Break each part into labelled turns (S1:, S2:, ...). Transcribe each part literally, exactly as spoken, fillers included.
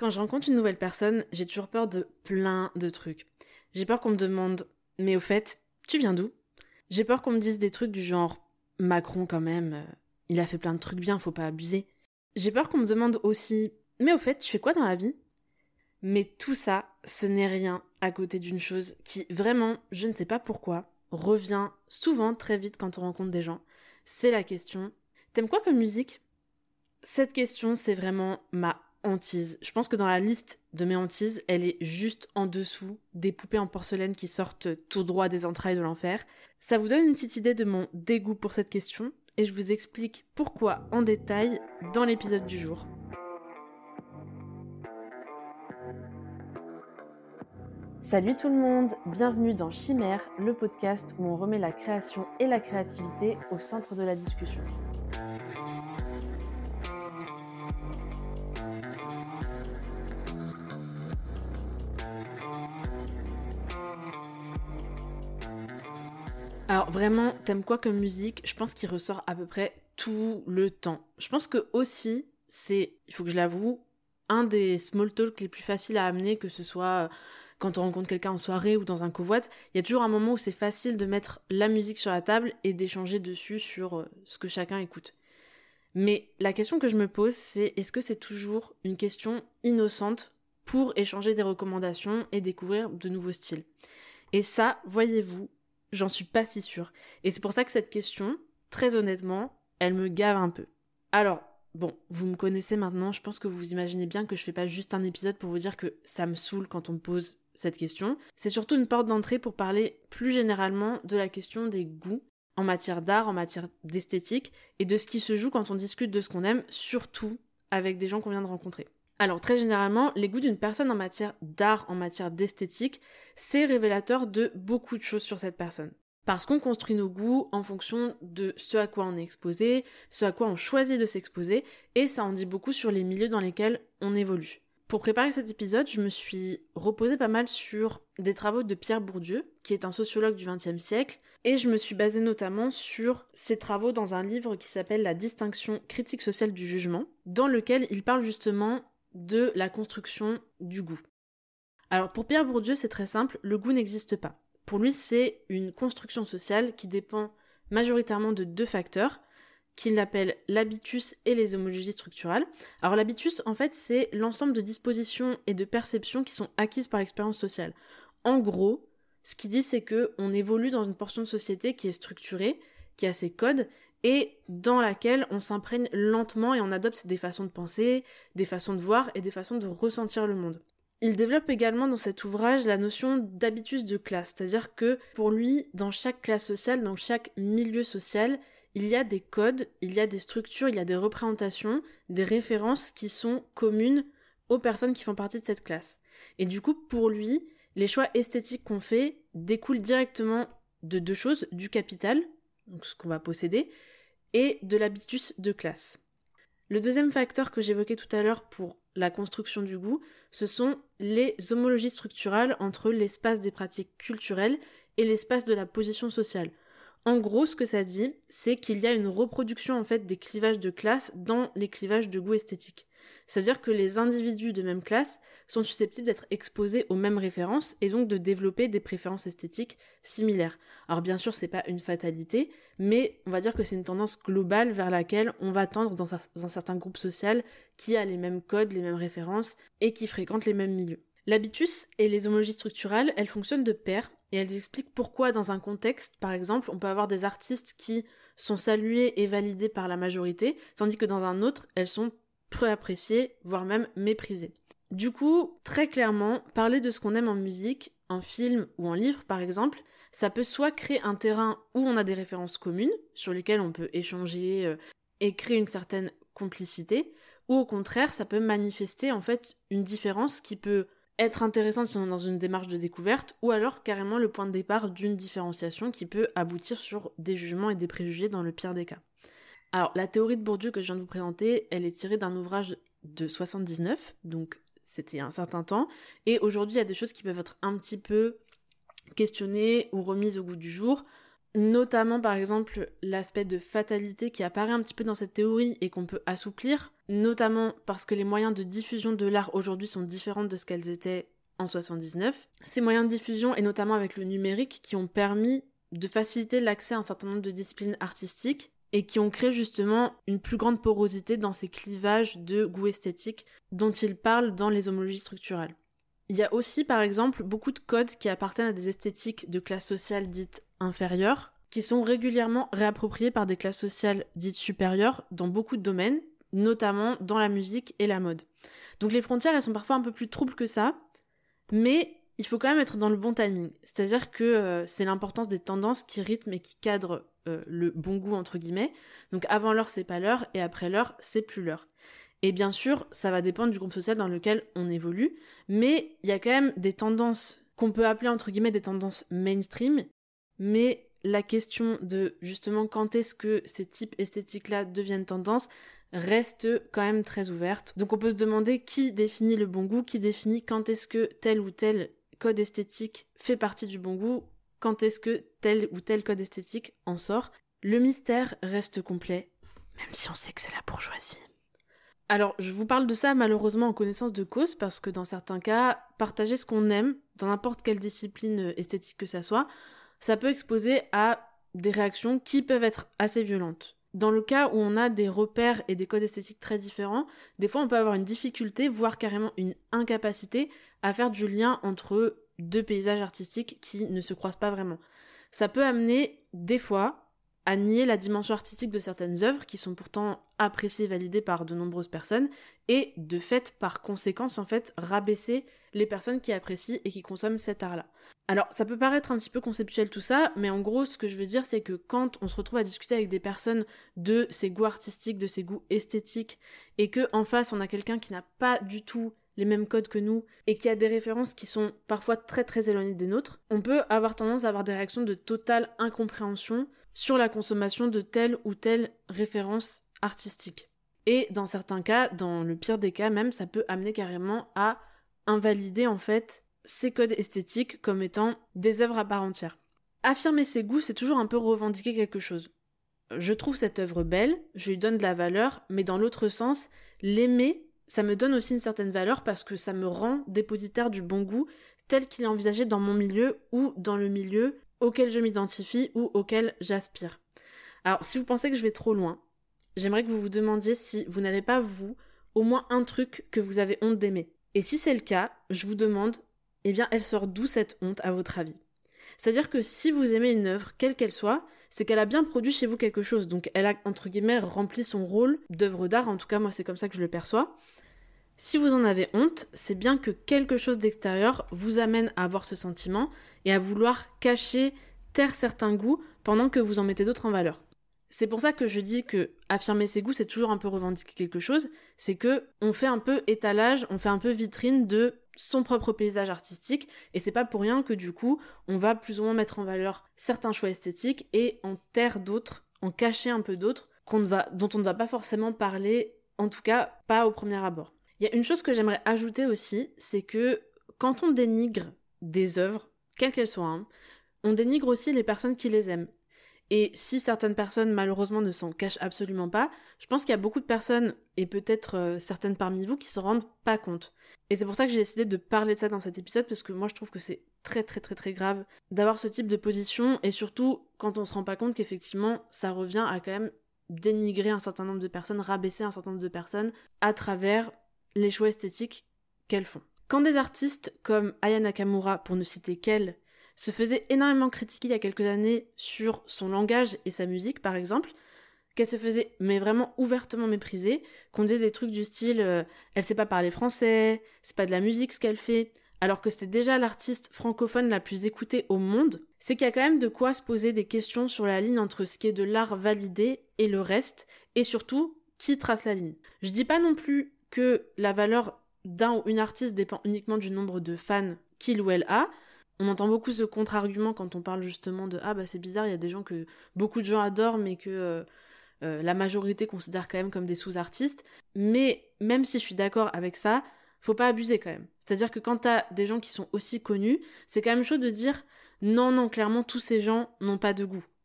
S1: Quand je rencontre une nouvelle personne, j'ai toujours peur de plein de trucs. J'ai peur qu'on me demande « mais au fait, tu viens d'où ?» J'ai peur qu'on me dise des trucs du genre « Macron quand même, euh, il a fait plein de trucs bien, faut pas abuser ». J'ai peur qu'on me demande aussi « mais au fait, tu fais quoi dans la vie ?» Mais tout ça, ce n'est rien à côté d'une chose qui, vraiment, je ne sais pas pourquoi, revient souvent très vite quand on rencontre des gens. C'est la question « t'aimes quoi comme musique ?» Cette question, c'est vraiment ma hantise. Je pense que dans la liste de mes hantises, elle est juste en dessous des poupées en porcelaine qui sortent tout droit des entrailles de l'enfer. Ça vous donne une petite idée de mon dégoût pour cette question et je vous explique pourquoi en détail dans l'épisode du jour. Salut tout le monde, bienvenue dans Chimère, le podcast où on remet la création et la créativité au centre de la discussion. Alors vraiment, t'aimes quoi comme musique ? Je pense qu'il ressort à peu près tout le temps. Je pense que aussi, c'est, il faut que je l'avoue, un des small talk les plus faciles à amener, que ce soit quand on rencontre quelqu'un en soirée ou dans un covoit. Il y a toujours un moment où c'est facile de mettre la musique sur la table et d'échanger dessus sur ce que chacun écoute. Mais la question que je me pose, c'est est-ce que c'est toujours une question innocente pour échanger des recommandations et découvrir de nouveaux styles ? Et ça, voyez-vous, j'en suis pas si sûre. Et c'est pour ça que cette question, très honnêtement, elle me gave un peu. Alors, bon, vous me connaissez maintenant, je pense que vous imaginez bien que je fais pas juste un épisode pour vous dire que ça me saoule quand on me pose cette question. C'est surtout une porte d'entrée pour parler plus généralement de la question des goûts en matière d'art, en matière d'esthétique, et de ce qui se joue quand on discute de ce qu'on aime, surtout avec des gens qu'on vient de rencontrer. Alors très généralement, les goûts d'une personne en matière d'art, en matière d'esthétique, c'est révélateur de beaucoup de choses sur cette personne. Parce qu'on construit nos goûts en fonction de ce à quoi on est exposé, ce à quoi on choisit de s'exposer, et ça en dit beaucoup sur les milieux dans lesquels on évolue. Pour préparer cet épisode, je me suis reposée pas mal sur des travaux de Pierre Bourdieu, qui est un sociologue du vingtième siècle, et je me suis basée notamment sur ses travaux dans un livre qui s'appelle « La distinction critique sociale du jugement », dans lequel il parle justement de la construction du goût. Alors pour Pierre Bourdieu, c'est très simple, le goût n'existe pas. Pour lui, c'est une construction sociale qui dépend majoritairement de deux facteurs, qu'il appelle l'habitus et les homologies structurales. Alors l'habitus, en fait, c'est l'ensemble de dispositions et de perceptions qui sont acquises par l'expérience sociale. En gros, ce qu'il dit, c'est qu'on évolue dans une portion de société qui est structurée, qui a ses codes, et dans laquelle on s'imprègne lentement et on adopte des façons de penser, des façons de voir et des façons de ressentir le monde. Il développe également dans cet ouvrage la notion d'habitus de classe, c'est-à-dire que pour lui, dans chaque classe sociale, dans chaque milieu social, il y a des codes, il y a des structures, il y a des représentations, des références qui sont communes aux personnes qui font partie de cette classe. Et du coup, pour lui, les choix esthétiques qu'on fait découlent directement de deux choses, du capital, donc ce qu'on va posséder, et de l'habitus de classe. Le deuxième facteur que j'évoquais tout à l'heure pour la construction du goût, ce sont les homologies structurales entre l'espace des pratiques culturelles et l'espace de la position sociale. En gros, ce que ça dit, c'est qu'il y a une reproduction en fait des clivages de classe dans les clivages de goût esthétique. C'est-à-dire que les individus de même classe sont susceptibles d'être exposés aux mêmes références et donc de développer des préférences esthétiques similaires. Alors bien sûr, c'est pas une fatalité, mais on va dire que c'est une tendance globale vers laquelle on va tendre dans un certain groupe social qui a les mêmes codes, les mêmes références et qui fréquente les mêmes milieux. L'habitus et les homologies structurales, elles fonctionnent de pair et elles expliquent pourquoi dans un contexte, par exemple, on peut avoir des artistes qui sont salués et validés par la majorité, tandis que dans un autre, elles sont peu appréciées, voire même méprisées. Du coup, très clairement, parler de ce qu'on aime en musique, en film ou en livre par exemple, ça peut soit créer un terrain où on a des références communes, sur lesquelles on peut échanger euh, et créer une certaine complicité, ou au contraire, ça peut manifester en fait une différence qui peut être intéressante si on est dans une démarche de découverte, ou alors carrément le point de départ d'une différenciation qui peut aboutir sur des jugements et des préjugés dans le pire des cas. Alors, la théorie de Bourdieu que je viens de vous présenter, elle est tirée d'un ouvrage de soixante-dix-neuf, donc c'était il y a un certain temps, et aujourd'hui il y a des choses qui peuvent être un petit peu questionnées ou remises au goût du jour. notamment par exemple l'aspect de fatalité qui apparaît un petit peu dans cette théorie et qu'on peut assouplir, notamment parce que les moyens de diffusion de l'art aujourd'hui sont différents de ce qu'elles étaient en soixante-dix-neuf. Ces moyens de diffusion, et notamment avec le numérique, qui ont permis de faciliter l'accès à un certain nombre de disciplines artistiques et qui ont créé justement une plus grande porosité dans ces clivages de goût esthétique dont il parle dans les homologies structurales. Il y a aussi par exemple beaucoup de codes qui appartiennent à des esthétiques de classe sociale dites inférieures, qui sont régulièrement réappropriés par des classes sociales dites supérieures dans beaucoup de domaines, notamment dans la musique et la mode. Donc les frontières, elles sont parfois un peu plus troubles que ça, mais il faut quand même être dans le bon timing. C'est-à-dire que euh, c'est l'importance des tendances qui rythment et qui cadrent euh, le bon goût, entre guillemets. Donc avant l'heure, c'est pas l'heure, et après l'heure, c'est plus l'heure. Et bien sûr, ça va dépendre du groupe social dans lequel on évolue, mais il y a quand même des tendances qu'on peut appeler, entre guillemets, des tendances mainstream, mais la question de, justement, quand est-ce que ces types esthétiques-là deviennent tendance reste quand même très ouverte. Donc on peut se demander qui définit le bon goût, qui définit quand est-ce que tel ou tel code esthétique fait partie du bon goût, quand est-ce que tel ou tel code esthétique en sort. Le mystère reste complet, même si on sait que c'est la bourgeoisie. Alors, je vous parle de ça malheureusement en connaissance de cause, parce que dans certains cas, partager ce qu'on aime, dans n'importe quelle discipline esthétique que ça soit, ça peut exposer à des réactions qui peuvent être assez violentes. Dans le cas où on a des repères et des codes esthétiques très différents, des fois on peut avoir une difficulté, voire carrément une incapacité à faire du lien entre deux paysages artistiques qui ne se croisent pas vraiment. Ça peut amener, des fois, à nier la dimension artistique de certaines œuvres qui sont pourtant appréciées et validées par de nombreuses personnes, et de fait, par conséquence, en fait, rabaisser les personnes qui apprécient et qui consomment cet art-là. Alors, ça peut paraître un petit peu conceptuel tout ça, mais en gros, ce que je veux dire, c'est que quand on se retrouve à discuter avec des personnes de ces goûts artistiques, de ces goûts esthétiques, et que en face, on a quelqu'un qui n'a pas du tout les mêmes codes que nous, et qui a des références qui sont parfois très très éloignées des nôtres, on peut avoir tendance à avoir des réactions de totale incompréhension sur la consommation de telle ou telle référence artistique. Et dans certains cas, dans le pire des cas même, ça peut amener carrément à invalider en fait ces codes esthétiques comme étant des œuvres à part entière. Affirmer ses goûts, c'est toujours un peu revendiquer quelque chose. Je trouve cette œuvre belle, je lui donne de la valeur, mais dans l'autre sens, l'aimer, ça me donne aussi une certaine valeur parce que ça me rend dépositaire du bon goût tel qu'il est envisagé dans mon milieu ou dans le milieu auquel je m'identifie ou auquel j'aspire. Alors, si vous pensez que je vais trop loin, j'aimerais que vous vous demandiez si vous n'avez pas, vous, au moins un truc que vous avez honte d'aimer. Et si c'est le cas, je vous demande, eh bien, elle sort d'où cette honte, à votre avis ? C'est-à-dire que si vous aimez une œuvre, quelle qu'elle soit, c'est qu'elle a bien produit chez vous quelque chose. Donc elle a, entre guillemets, rempli son rôle d'œuvre d'art. En tout cas, moi, c'est comme ça que je le perçois. Si vous en avez honte, c'est bien que quelque chose d'extérieur vous amène à avoir ce sentiment et à vouloir cacher, taire certains goûts pendant que vous en mettez d'autres en valeur. C'est pour ça que je dis que affirmer ses goûts, c'est toujours un peu revendiquer quelque chose. C'est que on fait un peu étalage, on fait un peu vitrine de son propre paysage artistique, et c'est pas pour rien que du coup, on va plus ou moins mettre en valeur certains choix esthétiques et en taire d'autres, en cacher un peu d'autres, qu'on ne va, dont on ne va pas forcément parler, en tout cas pas au premier abord. Il y a une chose que j'aimerais ajouter aussi, c'est que quand on dénigre des œuvres, quelles qu'elles soient, hein, on dénigre aussi les personnes qui les aiment. Et si certaines personnes, malheureusement, ne s'en cachent absolument pas, je pense qu'il y a beaucoup de personnes, et peut-être euh, certaines parmi vous, qui s'en rendent pas compte. Et c'est pour ça que j'ai décidé de parler de ça dans cet épisode, parce que moi, je trouve que c'est très très très très grave d'avoir ce type de position, et surtout quand on se rend pas compte qu'effectivement, ça revient à quand même dénigrer un certain nombre de personnes, rabaisser un certain nombre de personnes à travers les choix esthétiques qu'elles font. Quand des artistes comme Aya Nakamura, pour ne citer qu'elle, se faisait énormément critiquer il y a quelques années sur son langage et sa musique, par exemple, qu'elle se faisait mais vraiment ouvertement mépriser, qu'on disait des trucs du style euh, « elle sait pas parler français, c'est pas de la musique ce qu'elle fait », alors que c'était déjà l'artiste francophone la plus écoutée au monde, c'est qu'il y a quand même de quoi se poser des questions sur la ligne entre ce qui est de l'art validé et le reste, et surtout, qui trace la ligne. Je dis pas non plus que la valeur d'un ou une artiste dépend uniquement du nombre de fans qu'il ou elle a. On entend beaucoup ce contre-argument quand on parle justement de « ah bah c'est bizarre, il y a des gens que beaucoup de gens adorent mais que euh, euh, la majorité considère quand même comme des sous-artistes ». Mais même si je suis d'accord avec ça, faut pas abuser quand même. C'est-à-dire que quand t'as des gens qui sont aussi connus, c'est quand même chaud de dire « non, non, clairement tous ces gens n'ont pas de goût ».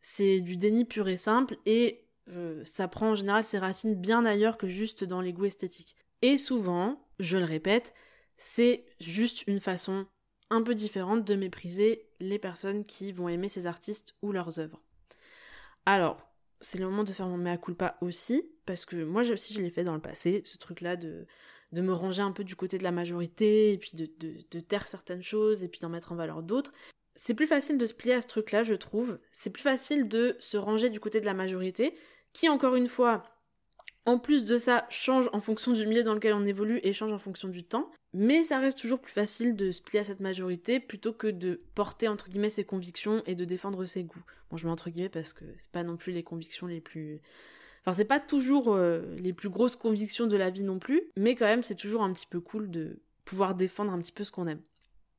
S1: c'est du déni pur et simple, et euh, ça prend en général ses racines bien ailleurs que juste dans les goûts esthétiques. Et souvent, je le répète, c'est juste une façon un peu différente de mépriser les personnes qui vont aimer ces artistes ou leurs œuvres. Alors, c'est le moment de faire mon mea culpa aussi, parce que moi aussi je l'ai fait dans le passé, ce truc-là de, de me ranger un peu du côté de la majorité, et puis de, de, de taire certaines choses, et puis d'en mettre en valeur d'autres. C'est plus facile de se plier à ce truc-là, je trouve. C'est plus facile de se ranger du côté de la majorité, qui, encore une fois, en plus de ça, change en fonction du milieu dans lequel on évolue et change en fonction du temps. Mais ça reste toujours plus facile de se plier à cette majorité plutôt que de porter, entre guillemets, ses convictions et de défendre ses goûts. Bon, je mets entre guillemets parce que c'est pas non plus les convictions les plus... Enfin, c'est pas toujours euh, les plus grosses convictions de la vie non plus, mais quand même, c'est toujours un petit peu cool de pouvoir défendre un petit peu ce qu'on aime.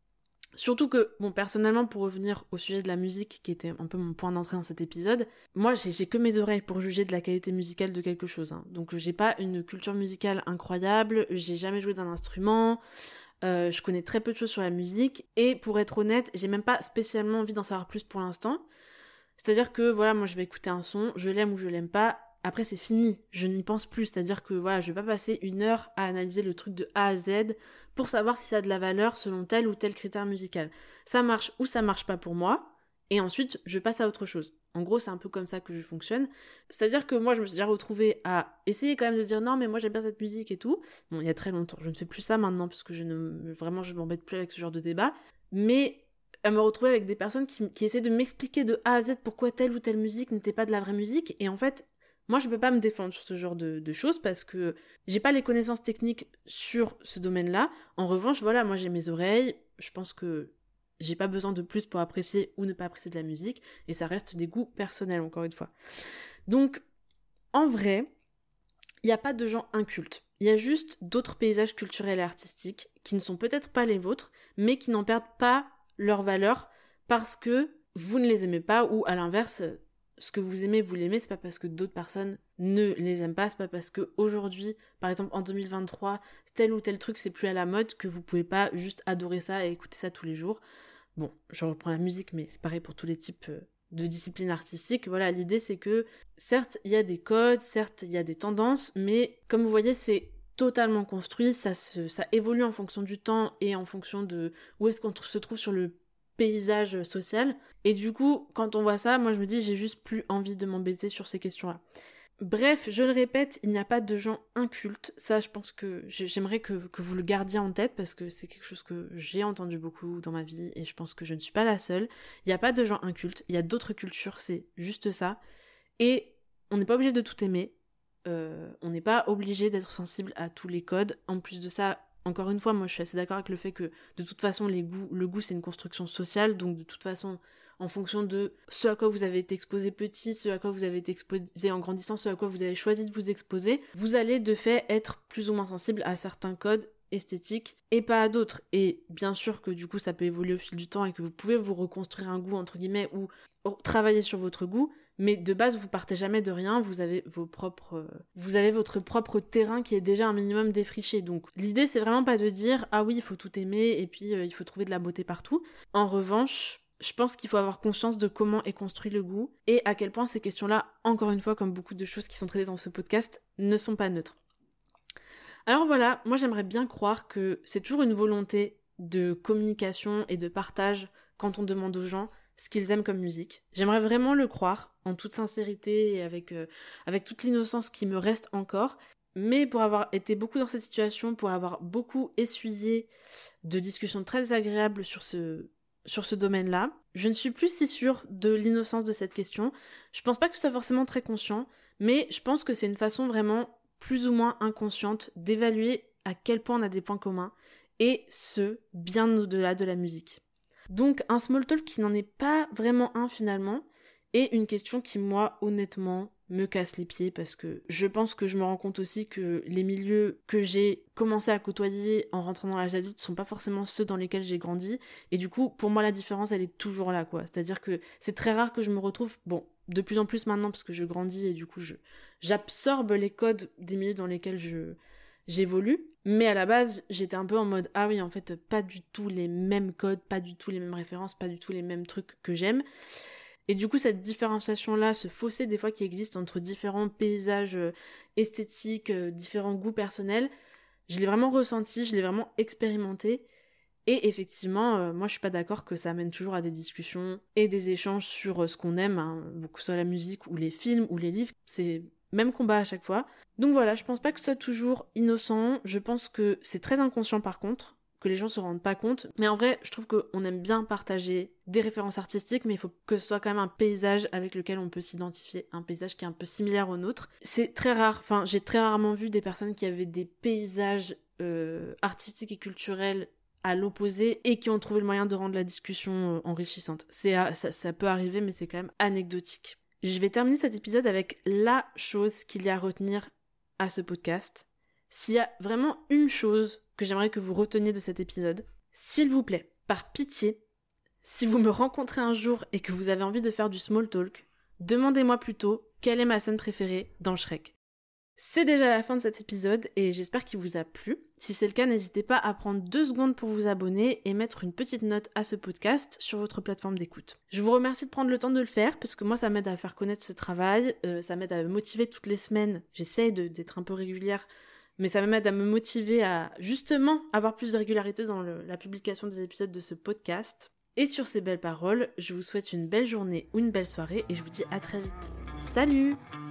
S1: Surtout que, bon, personnellement, pour revenir au sujet de la musique, qui était un peu mon point d'entrée dans cet épisode, moi, j'ai, j'ai que mes oreilles pour juger de la qualité musicale de quelque chose. Hein. Donc, j'ai pas une culture musicale incroyable, j'ai jamais joué d'un instrument, euh, je connais très peu de choses sur la musique, et pour être honnête, j'ai même pas spécialement envie d'en savoir plus pour l'instant. C'est-à-dire que, voilà, moi, je vais écouter un son, je l'aime ou je l'aime pas, après, c'est fini, je n'y pense plus, c'est-à-dire que, voilà, je vais pas passer une heure à analyser le truc de A à Z pour savoir si ça a de la valeur selon tel ou tel critère musical. Ça marche ou ça marche pas pour moi, et ensuite, je passe à autre chose. En gros, c'est un peu comme ça que je fonctionne. C'est-à-dire que moi, je me suis déjà retrouvée à essayer quand même de dire non, mais moi, j'aime bien cette musique et tout. Bon, il y a très longtemps, je ne fais plus ça maintenant, parce que je ne, vraiment, je m'embête plus avec ce genre de débat, mais à me retrouver avec des personnes qui, qui essaient de m'expliquer de A à Z pourquoi telle ou telle musique n'était pas de la vraie musique, et en fait, moi, je peux pas me défendre sur ce genre de, de choses parce que j'ai pas les connaissances techniques sur ce domaine-là. En revanche, voilà, moi j'ai mes oreilles, je pense que j'ai pas besoin de plus pour apprécier ou ne pas apprécier de la musique, et ça reste des goûts personnels, encore une fois. Donc, en vrai, il n'y a pas de gens incultes. Il y a juste d'autres paysages culturels et artistiques qui ne sont peut-être pas les vôtres, mais qui n'en perdent pas leur valeur parce que vous ne les aimez pas, ou à l'inverse, ce que vous aimez, vous l'aimez, c'est pas parce que d'autres personnes ne les aiment pas, c'est pas parce que aujourd'hui, par exemple en deux mille vingt-trois, tel ou tel truc c'est plus à la mode que vous pouvez pas juste adorer ça et écouter ça tous les jours. Bon, je reprends la musique, mais c'est pareil pour tous les types de disciplines artistiques. Voilà, l'idée c'est que, certes, il y a des codes, certes, il y a des tendances, mais comme vous voyez, c'est totalement construit, ça, se, ça évolue en fonction du temps et en fonction de où est-ce qu'on se trouve sur le paysage social, et du coup, quand on voit ça, moi je me dis, j'ai juste plus envie de m'embêter sur ces questions-là. Bref, je le répète, il n'y a pas de gens incultes, ça je pense que j'aimerais que, que vous le gardiez en tête, parce que c'est quelque chose que j'ai entendu beaucoup dans ma vie, et je pense que je ne suis pas la seule. Il n'y a pas de gens incultes, il y a d'autres cultures, c'est juste ça, et on n'est pas obligé de tout aimer, euh, on n'est pas obligé d'être sensible à tous les codes. En plus de ça, encore une fois, moi je suis assez d'accord avec le fait que de toute façon les goûts, le goût c'est une construction sociale, donc de toute façon en fonction de ce à quoi vous avez été exposé petit, ce à quoi vous avez été exposé en grandissant, ce à quoi vous avez choisi de vous exposer, vous allez de fait être plus ou moins sensible à certains codes esthétiques et pas à d'autres. Et bien sûr que du coup ça peut évoluer au fil du temps et que vous pouvez vous reconstruire un goût entre guillemets ou travailler sur votre goût, mais de base vous partez jamais de rien, vous avez vos propres, vous avez votre propre terrain qui est déjà un minimum défriché. Donc l'idée c'est vraiment pas de dire ah oui il faut tout aimer et puis euh, il faut trouver de la beauté partout. En revanche, je pense qu'il faut avoir conscience de comment est construit le goût et à quel point ces questions-là, encore une fois comme beaucoup de choses qui sont traitées dans ce podcast, ne sont pas neutres. Alors voilà, moi j'aimerais bien croire que c'est toujours une volonté de communication et de partage quand on demande aux gens ce qu'ils aiment comme musique. J'aimerais vraiment le croire, en toute sincérité et avec, euh, avec toute l'innocence qui me reste encore, mais pour avoir été beaucoup dans cette situation, pour avoir beaucoup essuyé de discussions très agréables sur ce, sur ce domaine-là, je ne suis plus si sûre de l'innocence de cette question. Je pense pas que ce soit forcément très conscient, mais je pense que c'est une façon vraiment plus ou moins inconsciente d'évaluer à quel point on a des points communs, et ce, bien au-delà de la musique. Donc un small talk qui n'en est pas vraiment un finalement, et une question qui moi honnêtement me casse les pieds, parce que je pense que je me rends compte aussi que les milieux que j'ai commencé à côtoyer en rentrant dans l'âge adulte sont pas forcément ceux dans lesquels j'ai grandi, et du coup pour moi la différence elle est toujours là quoi, c'est-à-dire que c'est très rare que je me retrouve, bon de plus en plus maintenant parce que je grandis et du coup je j'absorbe les codes des milieux dans lesquels je j'évolue, mais à la base j'étais un peu en mode ah oui en fait pas du tout les mêmes codes, pas du tout les mêmes références, pas du tout les mêmes trucs que j'aime, Et du coup, cette différenciation-là, ce fossé des fois qui existe entre différents paysages euh, esthétiques, euh, différents goûts personnels, je l'ai vraiment ressenti, je l'ai vraiment expérimenté. Et effectivement, euh, moi je suis pas d'accord que ça amène toujours à des discussions et des échanges sur euh, ce qu'on aime, hein, que ce soit la musique ou les films ou les livres, c'est même combat à chaque fois. Donc voilà, je pense pas que ce soit toujours innocent, je pense que c'est très inconscient par contre, que les gens se rendent pas compte, mais en vrai, je trouve qu'on aime bien partager des références artistiques, mais il faut que ce soit quand même un paysage avec lequel on peut s'identifier, un paysage qui est un peu similaire au nôtre. C'est très rare, enfin j'ai très rarement vu des personnes qui avaient des paysages euh, artistiques et culturels à l'opposé et qui ont trouvé le moyen de rendre la discussion euh, enrichissante. C'est, ça, ça peut arriver, mais c'est quand même anecdotique. Je vais terminer cet épisode avec la chose qu'il y a à retenir à ce podcast. S'il y a vraiment une chose que j'aimerais que vous reteniez de cet épisode, s'il vous plaît, par pitié, si vous me rencontrez un jour et que vous avez envie de faire du small talk, demandez-moi plutôt quelle est ma scène préférée dans Shrek. C'est déjà la fin de cet épisode et j'espère qu'il vous a plu. Si c'est le cas, n'hésitez pas à prendre deux secondes pour vous abonner et mettre une petite note à ce podcast sur votre plateforme d'écoute. Je vous remercie de prendre le temps de le faire parce que moi ça m'aide à faire connaître ce travail, euh, ça m'aide à me motiver toutes les semaines. J'essaye de, d'être un peu régulière, mais ça m'aide à me motiver à justement avoir plus de régularité dans le, la publication des épisodes de ce podcast. Et sur ces belles paroles, je vous souhaite une belle journée ou une belle soirée et je vous dis à très vite. Salut!